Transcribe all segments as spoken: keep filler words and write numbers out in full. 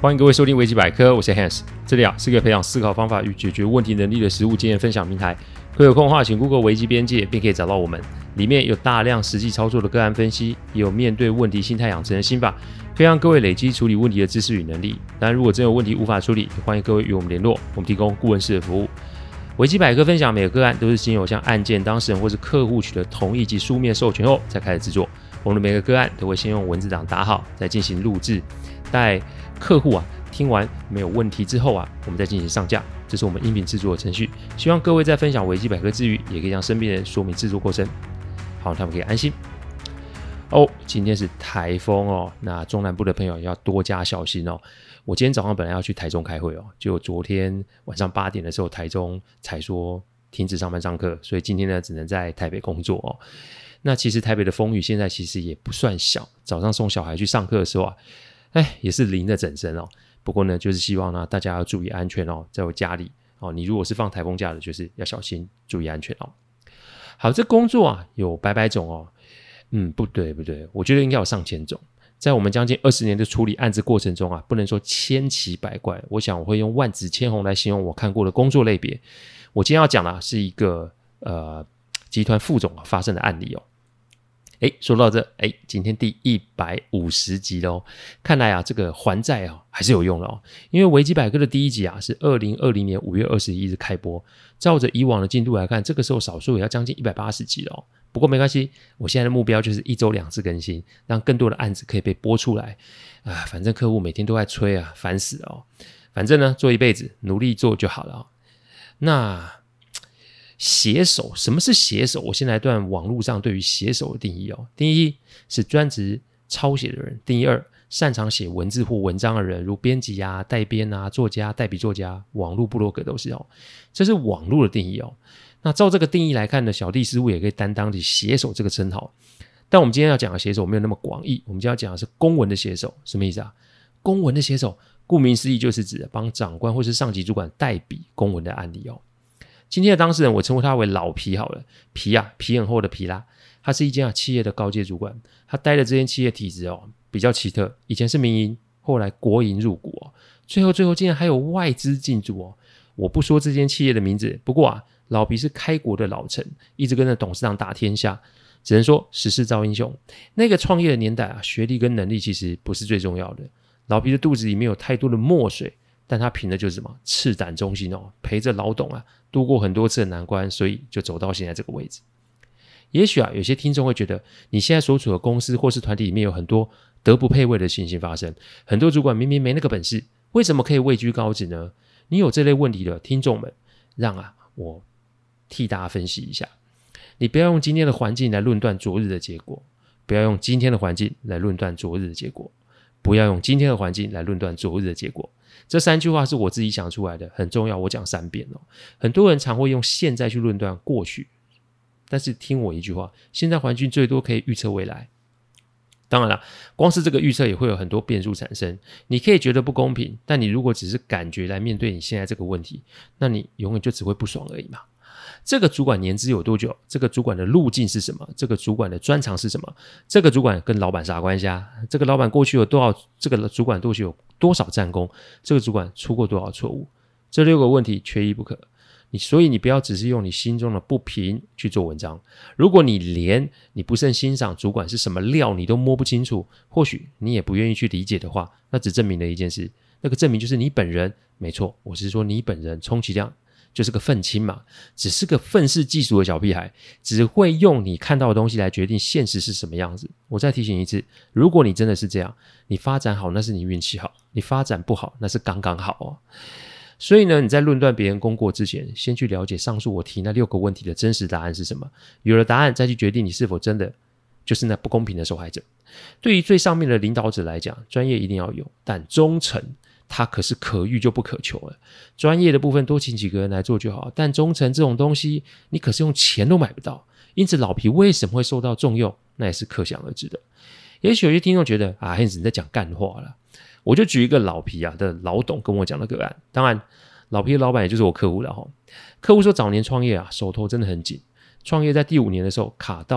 欢迎各位收听维基百科，我是 Hans， 这里啊是个培养思考方法与解决问题能力的实务经验分享平台。会有空的话，请 Google 维基边界，便可以找到我们。里面有大量实际操作的个案分析，也有面对问题心态养成的心法，可以让各位累积处理问题的知识与能力。当然，如果真有问题无法处理，也欢迎各位与我们联络，我们提供顾问式的服务。维基百科分享每个个案都是经由向案件当事人或是客户取得同意及书面授权后才开始制作。我们的每个个案都会先用文字档打好，再进行录制，待客户啊听完没有问题之后啊，我们再进行上架。这是我们音频制作的程序。希望各位在分享维基百科之余，也可以向身边人说明制作过程，好，他们可以安心。哦，今天是台风哦，那中南部的朋友要多加小心哦。我今天早上本来要去台中开会哦，结果昨天晚上八点的时候，台中才说停止上班上课，所以今天呢只能在台北工作哦。那其实台北的风雨现在其实也不算小，早上送小孩去上课的时候啊，哎，也是淋了整身哦。不过呢，就是希望呢大家要注意安全哦，在我家里哦，你如果是放台风假的，就是要小心注意安全哦。好，这工作啊有百百种哦，嗯，不对不对，我觉得应该有上千种。在我们将近二十年的处理案子过程中啊，不能说千奇百怪，我想我会用万紫千红来形容我看过的工作类别。我今天要讲的、啊、是一个呃集团副总、啊、发生的案例哦。诶，说到这，诶，今天第一百五十集咯，看来啊，这个还债啊还是有用的哦。因为维基百科的第一集啊是二零二零年五月二十一日开播，照着以往的进度来看，这个时候少说也要将近一百八十集了哦。不过没关系，我现在的目标就是一周两次更新，让更多的案子可以被播出来啊。反正客户每天都在催啊，烦死了哦。反正呢，做一辈子，努力做就好了哦。那写手，什么是写手？我先来段网络上对于写手的定义哦。定义一是专职抄写的人，定义二擅长写文字或文章的人，如编辑啊、代编啊、作家、代笔作家、网络部落格都是哦。这是网络的定义哦。那照这个定义来看呢，小弟师傅也可以担当起写手这个称号。但我们今天要讲的写手没有那么广义，我们今天要讲的是公文的写手。什么意思啊？公文的写手，顾名思义就是指帮长官或是上级主管代笔公文的案例哦。今天的当事人我称呼他为老皮好了，皮啊皮很厚的皮啦，他是一间、啊、企业的高阶主管，他待的这间企业体制哦比较奇特，以前是民营，后来国营入股哦，最后最后竟然还有外资进驻哦。我不说这间企业的名字，不过啊老皮是开国的老臣，一直跟着董事长打天下，只能说时势造英雄。那个创业的年代啊，学历跟能力其实不是最重要的，老皮的肚子里面有太多的墨水，但他凭的就是什么赤胆忠心哦，陪着老董啊度过很多次的难关，所以就走到现在这个位置。也许啊，有些听众会觉得，你现在所处的公司或是团体里面有很多德不配位的情形发生，很多主管明明没那个本事，为什么可以位居高职呢？你有这类问题的听众们，让啊我替大家分析一下。你不要用今天的环境来论断昨日的结果，不要用今天的环境来论断昨日的结果，不要用今天的环境来论断昨日的结果。这三句话是我自己想出来的，很重要，我讲三遍哦。很多人常会用现在去论断过去，但是听我一句话，现在环境最多可以预测未来。当然了，光是这个预测也会有很多变数产生，你可以觉得不公平，但你如果只是感觉来面对你现在这个问题，那你永远就只会不爽而已嘛。这个主管年资有多久？这个主管的路径是什么？这个主管的专长是什么？这个主管跟老板啥关系啊？这个老板过去有多少？这个主管过去有多少战功？这个主管出过多少错误？这六个问题缺一不可。你所以你不要只是用你心中的不平去做文章。如果你连你不甚欣赏主管是什么料你都摸不清楚，或许你也不愿意去理解的话，那只证明了一件事，那个证明就是你本人，没错，我是说你本人充其量就是个愤青嘛，只是个愤世嫉俗的小屁孩，只会用你看到的东西来决定现实是什么样子。我再提醒一次，如果你真的是这样，你发展好那是你运气好，你发展不好那是刚刚好哦。所以呢，你在论断别人功过之前，先去了解上述我提那六个问题的真实答案是什么，有了答案再去决定你是否真的就是那不公平的受害者。对于最上面的领导者来讲，专业一定要有，但忠诚它可是可遇就不可求了。专业的部分多请几个人来做就好，但忠诚这种东西你可是用钱都买不到，因此老皮为什么会受到重用，那也是可想而知的。也许有些听众觉得啊 Hans 你在讲干话了，我就举一个老皮啊的老董跟我讲的个案。当然老皮的老板也就是我客户了齁。客户说早年创业啊手头真的很紧，创业在第五年的时候卡到了，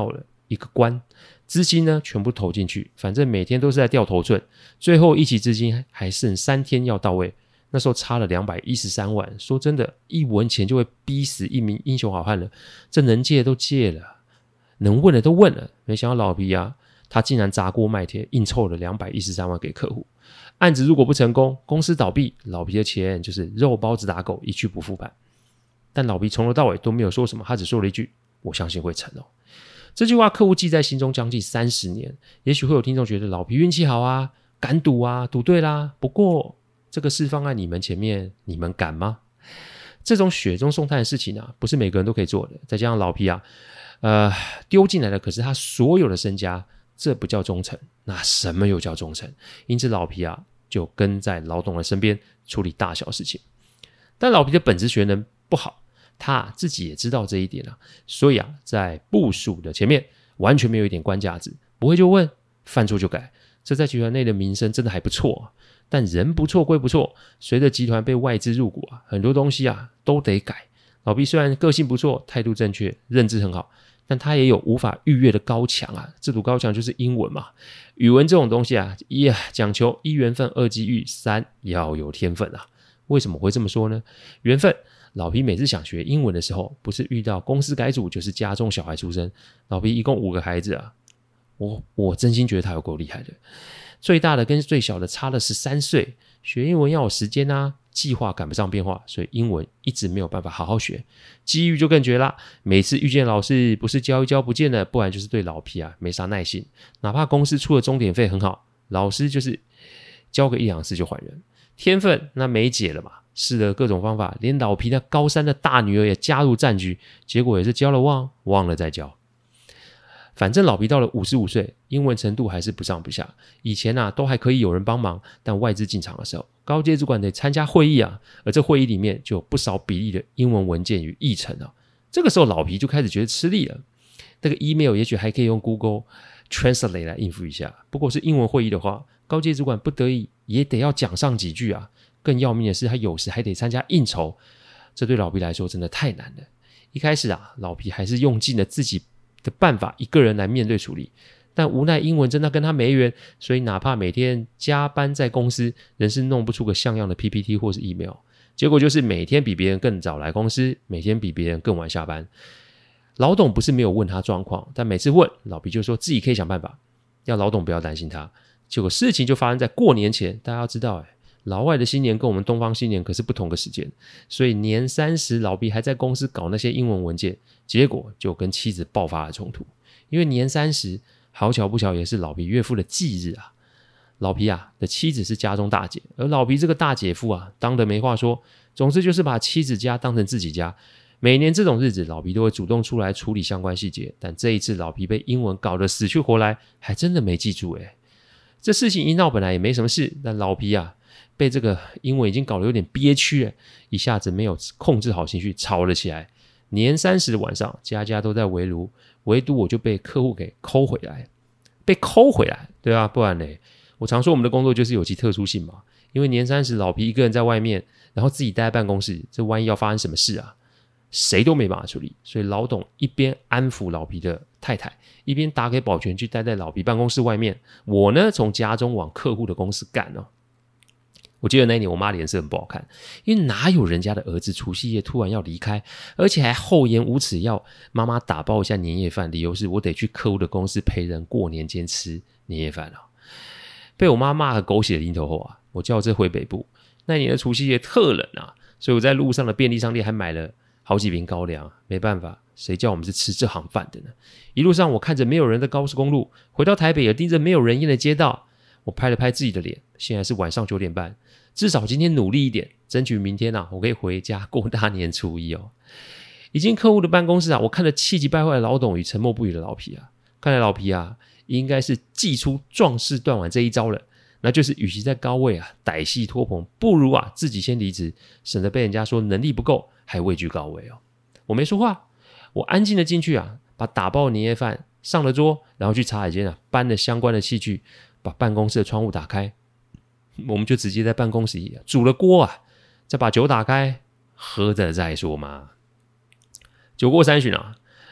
一个关，资金呢全部投进去，反正每天都是在掉头寸，最后一期资金还剩三天要到位，那时候差了两百一十三万，说真的，一文钱就会逼死一名英雄好汉了，这能借都借了，能问的都问了，没想到老皮啊，他竟然砸锅卖铁，硬凑了两百一十三万给客户。案子如果不成功，公司倒闭，老皮的钱就是肉包子打狗，一去不复返。但老皮从头到尾都没有说什么，他只说了一句：“我相信会成哦。”这句话客户记在心中将近三十年。也许会有听众觉得老皮运气好啊，敢赌啊，赌对啦。不过这个事放在你们前面，你们敢吗？这种雪中送炭的事情啊，不是每个人都可以做的。再加上老皮啊，呃，丢进来的可是他所有的身家。这不叫忠诚，那什么又叫忠诚？因此老皮啊就跟在老董的身边处理大小事情。但老皮的本质学能不好，他自己也知道这一点啊，所以啊在部署的前面完全没有一点官架子，不会就问，犯错就改，这在集团内的名声真的还不错啊。但人不错归不错，随着集团被外资入股啊，很多东西啊都得改。老皮虽然个性不错，态度正确，认知很好，但他也有无法逾越的高墙啊！这堵高墙就是英文嘛。语文这种东西啊，一啊讲求一缘分，二机遇，三要有天分啊。为什么会这么说呢？缘分，老皮每次想学英文的时候，不是遇到公司改组，就是家中小孩出生。老皮一共五个孩子啊，我我真心觉得他有够厉害的。最大的跟最小的差了十三岁，学英文要有时间啊，计划赶不上变化，所以英文一直没有办法好好学。机遇就更绝啦，每次遇见老师，不是教一教不见了，不然就是对老皮啊没啥耐心。哪怕公司出的钟点费很好，老师就是教个一两次就还人。天分那没解了嘛，试了各种方法，连老皮那高三的大女儿也加入战局，结果也是教了忘，忘了再教。反正老皮到了五十五岁，英文程度还是不上不下。以前啊都还可以有人帮忙，但外资进场的时候，高阶主管得参加会议啊，而这会议里面就有不少比例的英文文件与议程啊。这个时候老皮就开始觉得吃力了。那个 email 也许还可以用 Google Translate 来应付一下，不过是英文会议的话，高阶主管不得已也得要讲上几句啊。更要命的是，他有时还得参加应酬，这对老皮来说真的太难了。一开始啊，老皮还是用尽了自己的办法一个人来面对处理，但无奈英文真的跟他没缘，所以哪怕每天加班在公司，仍是弄不出个像样的 P P T 或是 email， 结果就是每天比别人更早来公司，每天比别人更晚下班。老董不是没有问他状况，但每次问老皮就说自己可以想办法，要老董不要担心他。结果事情就发生在过年前，大家要知道诶老外的新年跟我们东方新年可是不同个时间，所以年三十老皮还在公司搞那些英文文件，结果就跟妻子爆发了冲突。因为年三十好巧不巧也是老皮岳父的忌日啊，老皮啊的妻子是家中大姐，而老皮这个大姐夫啊当得没话说，总之就是把妻子家当成自己家。每年这种日子老皮都会主动出来处理相关细节，但这一次老皮被英文搞得死去活来，还真的没记住诶。这事情一闹本来也没什么事，但老皮啊被这个英文已经搞得有点憋屈了，一下子没有控制好情绪，吵了起来。年三十的晚上，家家都在围炉，唯独我就被客户给抠回来，被抠回来，对啊，不然呢？我常说我们的工作就是有其特殊性嘛，因为年三十老皮一个人在外面，然后自己待在办公室，这万一要发生什么事啊，谁都没办法处理。所以老董一边安抚老皮的太太，一边打给保全去待在老皮办公室外面。我呢，从家中往客户的公司赶哦。我记得那一年我妈脸色很不好看，因为哪有人家的儿子除夕夜突然要离开，而且还厚颜无耻要妈妈打包一下年夜饭，理由是我得去客户的公司陪人过年间吃年夜饭啊。被我妈骂个狗血淋头后啊，我叫这回北部。那年的除夕夜特冷啊，所以我在路上的便利商店还买了好几瓶高粱。没办法，谁叫我们是吃这行饭的呢？一路上我看着没有人的高速公路，回到台北也盯着没有人烟的街道。我拍了拍自己的脸，现在是晚上九点半，至少今天努力一点，争取明天啊，我可以回家过大年初一哦。一进客户的办公室啊，我看了气急败坏的老董与沉默不语的老皮啊，看来老皮啊，应该是祭出壮士断腕这一招了，那就是与其在高位啊歹戏拖棚，不如啊自己先离职，省得被人家说能力不够，还位居高位哦。我没说话，我安静的进去啊，把打包的年夜饭上了桌，然后去茶水间啊搬了相关的器具。把办公室的窗户打开，我们就直接在办公室里煮了锅啊，再把酒打开，喝着再说嘛。酒过三巡啊，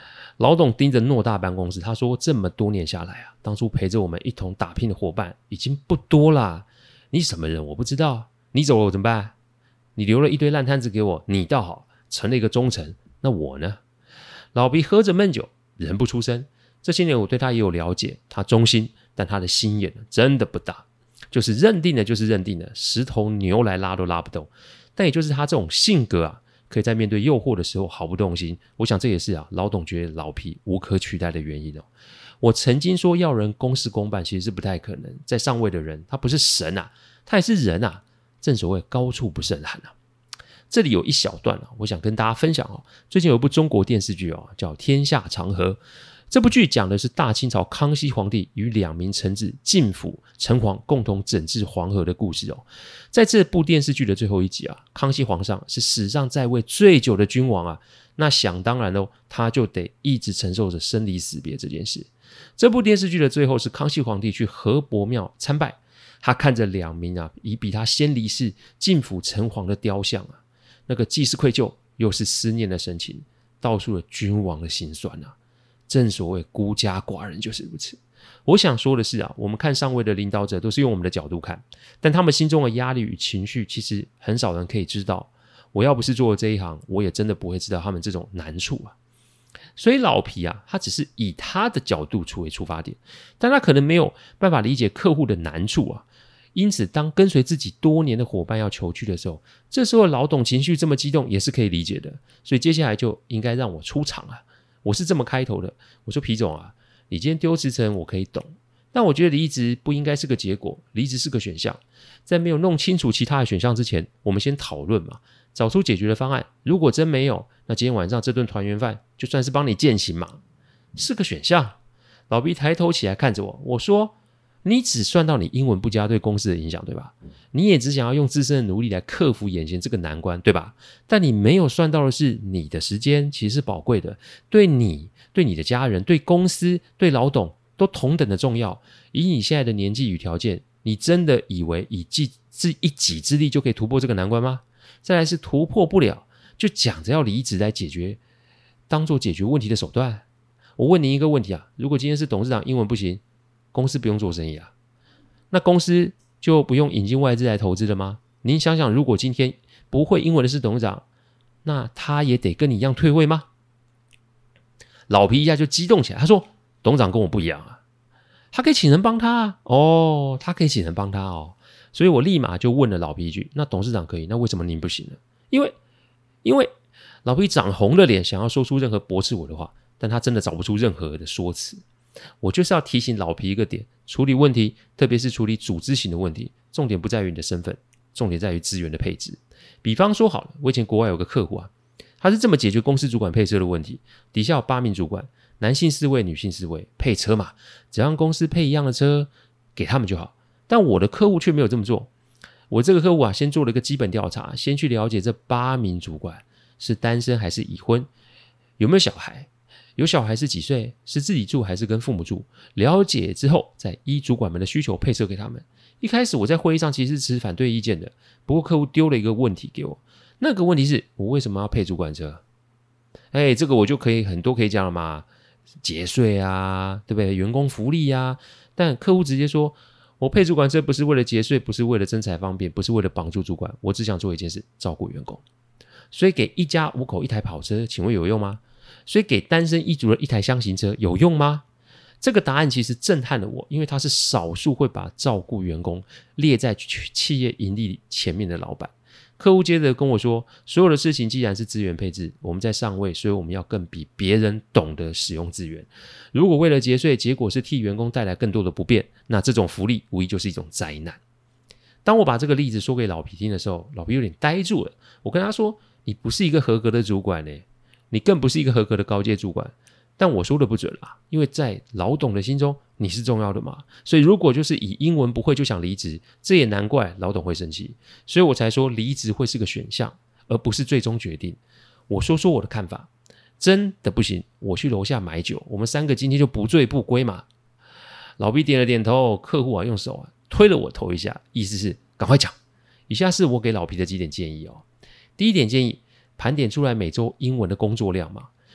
老董盯着偌大办公室，他说这么多年下来啊，当初陪着我们一同打拼的伙伴已经不多啦。你什么人我不知道，你走了我怎么办？你留了一堆烂摊子给我，你倒好，成了一个忠臣，那我呢？老皮喝着闷酒，人不出声。这些年我对他也有了解，他忠心，但他的心眼真的不大，就是认定了就是认定了，石头牛来拉都拉不动。但也就是他这种性格啊，可以在面对诱惑的时候毫不动心，我想这也是啊老董觉得老皮无可取代的原因哦。我曾经说要人公事公办其实是不太可能，在上位的人他不是神啊，他也是人啊，正所谓高处不胜寒啊。这里有一小段啊，我想跟大家分享哦。最近有一部中国电视剧哦，叫《天下长河》。这部剧讲的是大清朝康熙皇帝与两名臣子晋府城隍共同整治黄河的故事哦。在这部电视剧的最后一集啊，康熙皇上是史上在位最久的君王啊，那想当然哦，他就得一直承受着生离死别这件事。这部电视剧的最后是康熙皇帝去河伯庙参拜，他看着两名啊已比他先离世晋府城隍的雕像啊，那个既是愧疚又是思念的神情，道出了君王的心酸啊。正所谓孤家寡人就是如此。我想说的是啊，我们看上位的领导者都是用我们的角度看，但他们心中的压力与情绪其实很少人可以知道。我要不是做了这一行，我也真的不会知道他们这种难处啊。所以老皮啊，他只是以他的角度出为出发点，但他可能没有办法理解客户的难处啊。因此当跟随自己多年的伙伴要求去的时候，这时候老董情绪这么激动也是可以理解的。所以接下来就应该让我出场啊。我是这么开头的，我说皮总啊，你今天丢辞呈我可以懂，但我觉得离职不应该是个结果，离职是个选项。在没有弄清楚其他的选项之前，我们先讨论嘛，找出解决的方案。如果真没有，那今天晚上这顿团圆饭就算是帮你践行嘛，是个选项。老毕抬头起来看着我，我说你只算到你英文不佳对公司的影响，对吧？你也只想要用自身的努力来克服眼前这个难关，对吧？但你没有算到的是，你的时间其实是宝贵的，对你、对你的家人、对公司、对老董都同等的重要。以你现在的年纪与条件，你真的以为以一己之力就可以突破这个难关吗？再来是突破不了，就讲着要离职来解决，当做解决问题的手段。我问您一个问题啊，如果今天是董事长英文不行，公司不用做生意啊，那公司就不用引进外资来投资了吗？您想想，如果今天不会英文的是董事长，那他也得跟你一样退位吗？老皮一下就激动起来，他说董事长跟我不一样啊，他可以请人帮他啊。哦，他可以请人帮他哦。所以我立马就问了老皮一句，那董事长可以，那为什么您不行呢？因为因为老皮长红了脸，想要说出任何驳斥我的话，但他真的找不出任何的说辞。我就是要提醒老皮一个点，处理问题，特别是处理组织型的问题，重点不在于你的身份，重点在于资源的配置。比方说好了，我以前国外有个客户啊，他是这么解决公司主管配车的问题，底下有八名主管，男性四位，女性四位，配车嘛，只要让公司配一样的车给他们就好。但我的客户却没有这么做。我这个客户啊，先做了一个基本调查，先去了解这八名主管是单身还是已婚，有没有小孩，有小孩是几岁，是自己住还是跟父母住，了解之后再依主管们的需求配车给他们。一开始我在会议上其实是持反对意见的，不过客户丢了一个问题给我，那个问题是我为什么要配主管车？哎，这个我就可以很多可以讲了嘛，节税啊，对不对？员工福利啊。但客户直接说，我配主管车不是为了节税，不是为了增财方便，不是为了帮助主管，我只想做一件事，照顾员工。所以给一家五口一台跑车，请问有用吗？所以给单身一族的一台箱型车有用吗？这个答案其实震撼了我，因为他是少数会把照顾员工列在企业盈利前面的老板。客户接着跟我说，所有的事情既然是资源配置，我们在上位，所以我们要更比别人懂得使用资源。如果为了节税，结果是替员工带来更多的不便，那这种福利无疑就是一种灾难。当我把这个例子说给老皮听的时候，老皮有点呆住了。我跟他说，你不是一个合格的主管耶，你更不是一个合格的高阶主管。但我说的不准啦，因为在老董的心中你是重要的嘛，所以如果就是以英文不会就想离职，这也难怪老董会生气。所以我才说离职会是个选项，而不是最终决定。我说说我的看法，真的不行，我去楼下买酒，我们三个今天就不醉不归嘛。老毕点了点头，客户啊用手啊推了我头一下，意思是赶快讲。以下是我给老皮的几点建议哦。第一点建议，盘点出来每周英文的工作量嘛。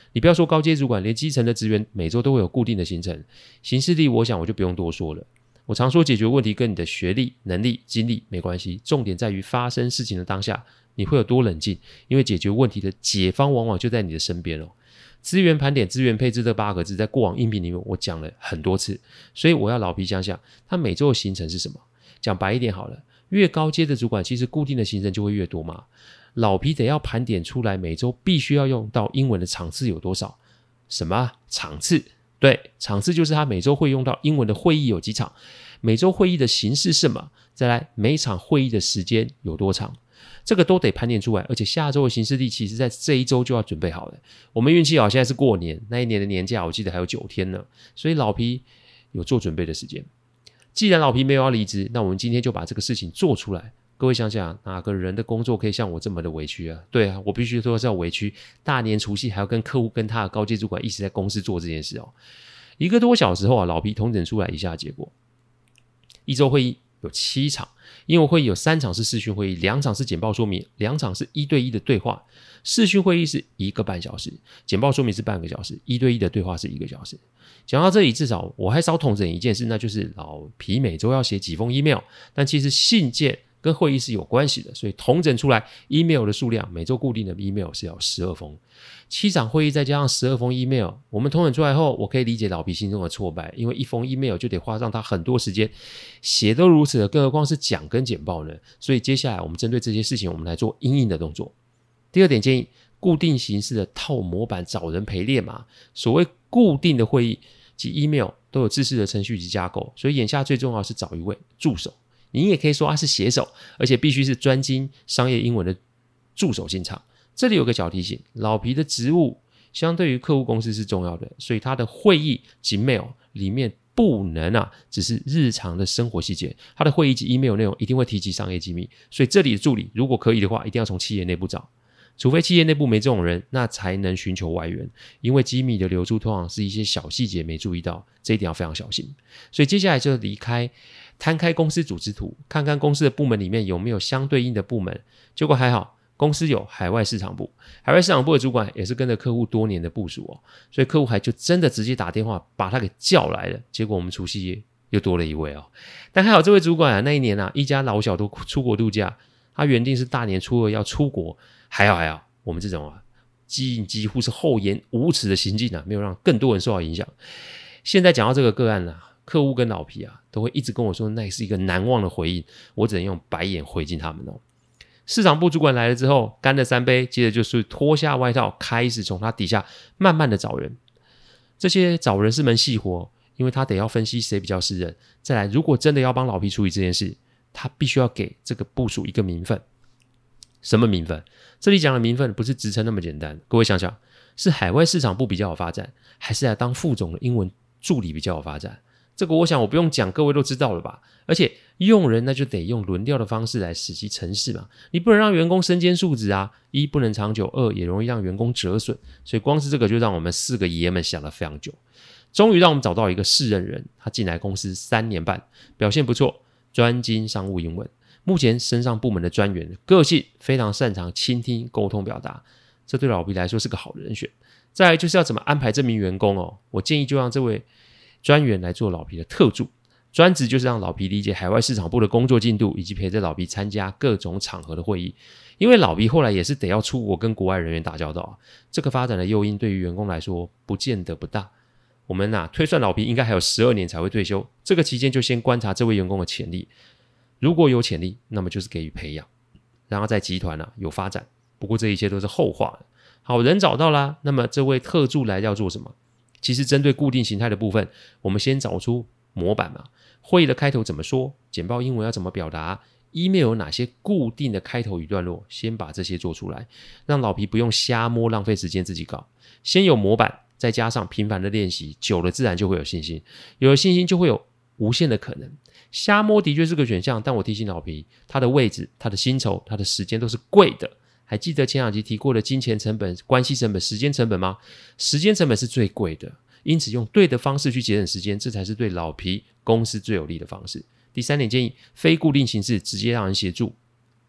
你不要说高阶主管，连基层的职员每周都会有固定的行程。行事历我想我就不用多说了，我常说解决问题跟你的学历、能力、经历没关系，重点在于发生事情的当下你会有多冷静，因为解决问题的解方往往就在你的身边哦。资源盘点、资源配置这八个字在过往音频里面我讲了很多次，所以我要老皮想想他每周的行程是什么。讲白一点好了，越高阶的主管其实固定的行程就会越多嘛，老皮得要盘点出来每周必须要用到英文的场次有多少。什么场次？对，场次就是他每周会用到英文的会议有几场，每周会议的形式是什么，再来每场会议的时间有多长，这个都得盘点出来。而且下周的行事历其实在这一周就要准备好了。我们运气好，现在是过年，那一年的年假我记得还有九天呢，所以老皮有做准备的时间。既然老皮没有要离职，那我们今天就把这个事情做出来。各位想想，哪个人的工作可以像我这么的委屈啊？对啊，我必须说是要委屈，大年除夕还要跟客户跟他的高阶主管一起在公司做这件事哦。一个多小时后啊，老皮统整出来以下结果：一周会议有七场，英文会议有三场是视讯会议，两场是简报说明，两场是一对一的对话。视讯会议是一个半小时，简报说明是半个小时，一对一的对话是一个小时。讲到这里，至少我还少统整一件事，那就是老皮每周要写几封 email， 但其实信件跟会议是有关系的，所以统整出来 email 的数量，每周固定的 email 是要十二封，七场会议再加上十二封 email， 我们统整出来后，我可以理解老皮心中的挫败，因为一封 email 就得花上他很多时间，写都如此了，更何况是讲跟简报呢？所以接下来我们针对这些事情，我们来做因应的动作。第二点建议，固定形式的套模板找人陪练嘛。所谓固定的会议及 email 都有制式的程序及架构，所以眼下最重要的是找一位助手。你也可以说他是写手，而且必须是专精商业英文的助手进场。这里有个小提醒，老皮的职务相对于客户公司是重要的，所以他的会议及 mail 里面不能啊只是日常的生活细节，他的会议及 email 内容一定会提及商业机密，所以这里的助理如果可以的话，一定要从企业内部找，除非企业内部没这种人，那才能寻求外援，因为机密的流出通常是一些小细节没注意到，这一点要非常小心。所以接下来就离开摊开公司组织图，看看公司的部门里面有没有相对应的部门。结果还好，公司有海外市场部，海外市场部的主管也是跟着客户多年的部属哦，所以客户还就真的直接打电话把他给叫来了。结果我们除夕夜又多了一位哦，但还好这位主管啊，那一年啊一家老小都出国度假，他原定是大年初二要出国，还好还好，我们这种啊几几乎是厚颜无耻的行径啊，没有让更多人受到影响。现在讲到这个个案啊，客户跟老皮啊都会一直跟我说那是一个难忘的回忆，我只能用白眼回敬他们哦。市场部主管来了之后，干了三杯，接着就是脱下外套，开始从他底下慢慢的找人。这些找人是门细活，因为他得要分析谁比较适任。再来，如果真的要帮老皮处理这件事，他必须要给这个部属一个名分。什么名分？这里讲的名分不是职称那么简单，各位想想，是海外市场部比较有发展，还是来当副总的英文助理比较有发展？这个我想我不用讲，各位都知道了吧？而且用人那就得用轮调的方式来使其成事嘛，你不能让员工身兼数职啊，一不能长久，二也容易让员工折损，所以光是这个就让我们四个爷们想了非常久。终于让我们找到一个适任人，他进来公司三年半，表现不错，专精商务英文，目前升上部门的专员，个性非常擅长倾听、沟通、表达，这对老皮来说是个好人选。再来就是要怎么安排这名员工哦，我建议就让这位专员来做老皮的特助，专职就是让老皮理解海外市场部的工作进度，以及陪着老皮参加各种场合的会议。因为老皮后来也是得要出国跟国外人员打交道啊，这个发展的诱因对于员工来说不见得不大。我们啊推算老皮应该还有十二年才会退休，这个期间就先观察这位员工的潜力，如果有潜力，那么就是给予培养，让他在集团啊有发展。不过这一切都是后话了。好，人找到啦，那么这位特助来要做什么？其实针对固定形态的部分，我们先找出模板嘛，会议的开头怎么说，简报英文要怎么表达， email 有哪些固定的开头与段落，先把这些做出来，让老皮不用瞎摸浪费时间自己搞。先有模板，再加上频繁的练习，久了自然就会有信心，有了信心就会有无限的可能。瞎摸的确是个选项，但我提醒老皮，他的位置、他的薪酬、他的时间都是贵的。还记得前两集提过的金钱成本、关系成本、时间成本吗？时间成本是最贵的，因此用对的方式去节省时间，这才是对老皮公司最有利的方式。第三点建议，非固定形式直接让人协助。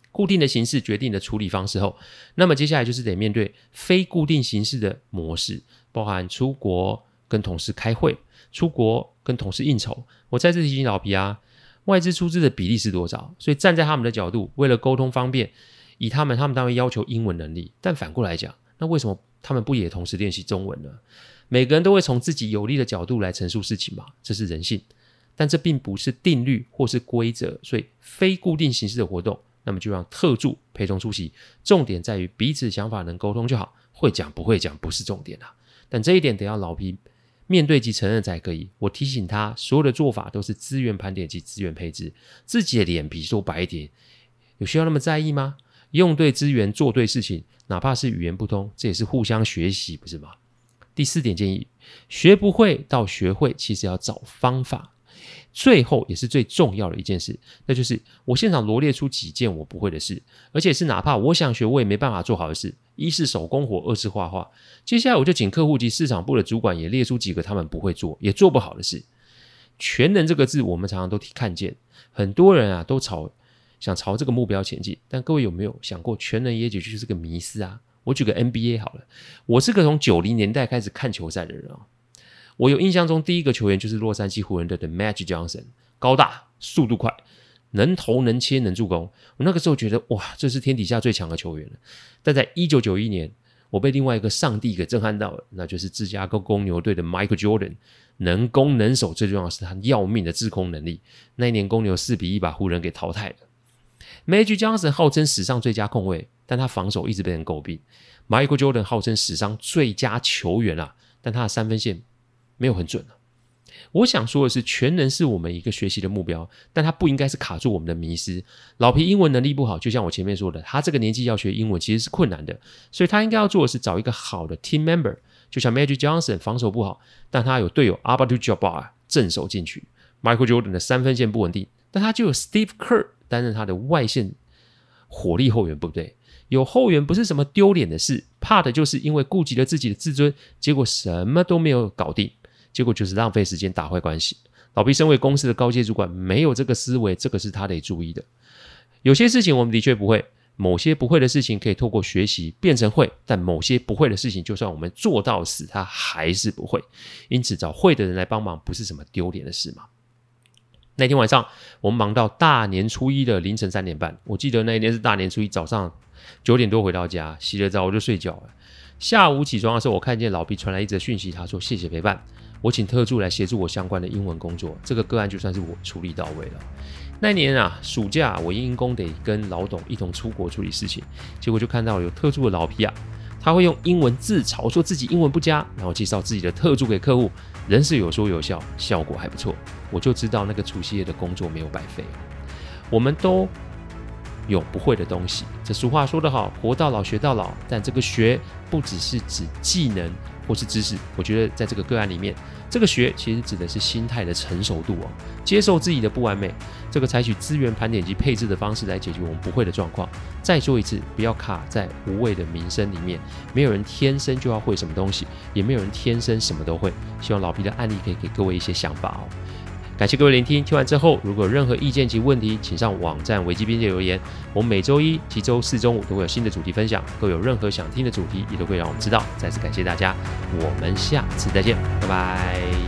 固定的形式决定的处理方式后，那么接下来就是得面对非固定形式的模式，包含出国跟同事开会，出国跟同事应酬。我再次提醒老皮啊，外资出资的比例是多少？所以站在他们的角度，为了沟通方便，以他们他们当然要求英文能力，但反过来讲，那为什么他们不也同时练习中文呢？每个人都会从自己有利的角度来陈述事情嘛，这是人性，但这并不是定律或是规则，所以非固定形式的活动，那么就让特助陪同出席，重点在于彼此想法能沟通就好，会讲不会讲不是重点啊。但这一点得要老皮面对及承认才可以。我提醒他，所有的做法都是资源盘点及资源配置，自己的脸皮说白一点，有需要那么在意吗？用对资源，做对事情，哪怕是语言不通，这也是互相学习，不是吗？第四点建议，学不会到学会，其实要找方法。最后也是最重要的一件事，那就是我现场罗列出几件我不会的事，而且是哪怕我想学我也没办法做好的事。一是手工活，二是画画。接下来我就请客户及市场部的主管也列出几个他们不会做也做不好的事。全能这个字我们常常都看见，很多人啊都朝想朝这个目标前进，但各位有没有想过，全能也许就是个迷思啊？我举个 N B A 好了，我是个从九零年代开始看球赛的人啊。我有印象中第一个球员就是洛杉矶湖人队的 Magic Johnson， 高大，速度快，能投能切能助攻。我那个时候觉得哇，这是天底下最强的球员了。但在一九九一年，我被另外一个上帝给震撼到了，那就是芝加哥公牛队的 Michael Jordan， 能攻能守，最重要的是他要命的制空能力。那一年公牛四比一把湖人给淘汰了。Magic Johnson 号称史上最佳控卫，但他防守一直被人诟病。Michael Jordan 号称史上最佳球员啊，但他的三分线没有很准啊。我想说的是，全能是我们一个学习的目标，但它不应该是卡住我们的迷思。老皮英文能力不好，就像我前面说的，他这个年纪要学英文其实是困难的，所以他应该要做的是找一个好的 team member， 就像 Magic Johnson 防守不好，但他有队友 Abdul-Jabbar 镇守进去。Michael Jordan 的三分线不稳定，但他就有 Steve Kerr 担任他的外线火力后援，对不对？有后援不是什么丢脸的事，怕的就是因为顾及了自己的自尊，结果什么都没有搞定，结果就是浪费时间打坏关系。老皮身为公司的高阶主管，没有这个思维，这个是他得注意的。有些事情我们的确不会，某些不会的事情可以透过学习变成会，但某些不会的事情就算我们做到死，他还是不会。因此找会的人来帮忙不是什么丢脸的事嘛。那天晚上我们忙到大年初一的凌晨三点半，我记得那一天是大年初一早上九点多回到家，洗了澡我就睡觉了。下午起床的时候，我看见老皮传来一则讯息，他说谢谢陪伴，我请特助来协助我相关的英文工作，这个个案就算是我处理到位了。那年啊，暑假我因公得跟老董一同出国处理事情，结果就看到有特助的老皮啊，他会用英文自嘲说自己英文不佳，然后介绍自己的特助给客户，人是有说有笑，效果还不错。我就知道那个除夕夜的工作没有白费。我们都有不会的东西，这俗话说得好，活到老学到老，但这个学不只是指技能或是知识，我觉得在这个个案里面，这个学其实指的是心态的成熟度哦，接受自己的不完美，这个采取资源盘点及配置的方式来解决我们不会的状况。再说一次，不要卡在无谓的名声里面，没有人天生就要会什么东西，也没有人天生什么都会。希望老皮的案例可以给各位一些想法哦。感谢各位聆听，听完之后如果有任何意见及问题，请上网站维基边界留言。我们每周一及周四中午都会有新的主题分享，各位有任何想听的主题也都会让我们知道。再次感谢大家，我们下次再见，拜拜。